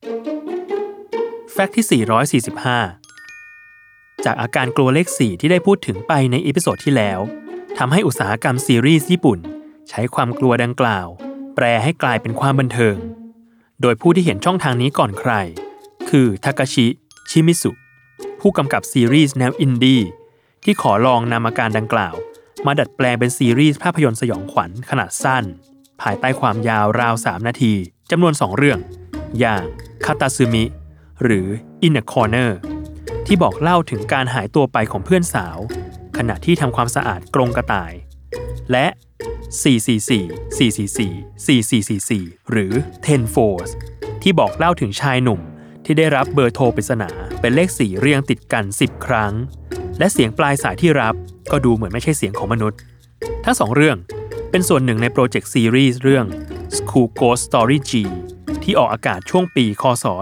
แฟกต์ที่ 445 จากอาการกลัวเลข 4 ที่ได้พูดถึงไปในอีพิโซดที่แล้วทำให้อุตสาหกรรมซีรีส์ญี่ปุ่นใช้ความกลัวดังกล่าวแปลให้กลายเป็นความบันเทิงโดยผู้ที่เห็นช่องทางนี้ก่อนใครคือทากาชิ ชิมิสุผู้กำกับซีรีส์แนวอินดี้ที่ขอลองนำอาการดังกล่าวมาดัดแปลงเป็นซีรีส์ภาพยนตร์สยองขวัญขนาดสั้นภายใต้ความยาวราว 3 นาทีจำนวน 2 เรื่องอย่างคาตาซึมิหรือ In a Corner ที่บอกเล่าถึงการหายตัวไปของเพื่อนสาวขณะที่ทำความสะอาดกรงกระต่ายและ444 444 4444หรือ Ten Fours ที่บอกเล่าถึงชายหนุ่มที่ได้รับเบอร์โทรปริศนาเป็นเลข4เรียงติดกัน10ครั้งและเสียงปลายสายที่รับก็ดูเหมือนไม่ใช่เสียงของมนุษย์ทั้ง2เรื่องเป็นส่วนหนึ่งในโปรเจกต์ซีรีส์เรื่อง School Ghost Story G ที่ออกอากาศช่วงปีคศ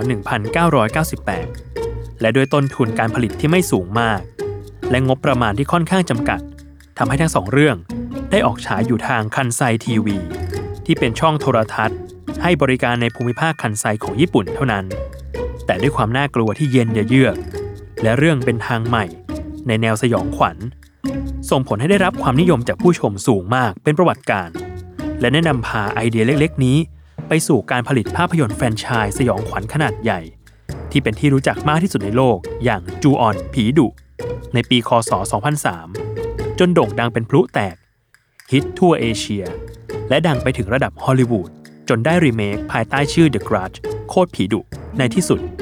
1998และด้วยต้นทุนการผลิตที่ไม่สูงมากและงบประมาณที่ค่อนข้างจำกัดทำให้ทั้ง2เรื่องได้ออกฉายอยู่ทางคันไซทีวีที่เป็นช่องโทรทัศน์ให้บริการในภูมิภาคคันไซของญี่ปุ่นเท่านั้นแต่ด้วยความน่ากลัวที่เย็นเยือกและเรื่องเป็นทางใหม่ในแนวสยองขวัญส่งผลให้ได้รับความนิยมจากผู้ชมสูงมากเป็นประวัติการและแนะนำพาไอเดียเล็กๆนี้ไปสู่การผลิตภาพยนตร์แฟรนไชส์สยองขวัญขนาดใหญ่ที่เป็นที่รู้จักมากที่สุดในโลกอย่างจูออนผีดุในปีคศ2003จนโด่งดังเป็นพลุแตกฮิตทั่วเอเชียและดังไปถึงระดับฮอลลีวูดจนได้รีเมคภายใต้ชื่อ The Grudge โคตรผีดุในที่สุด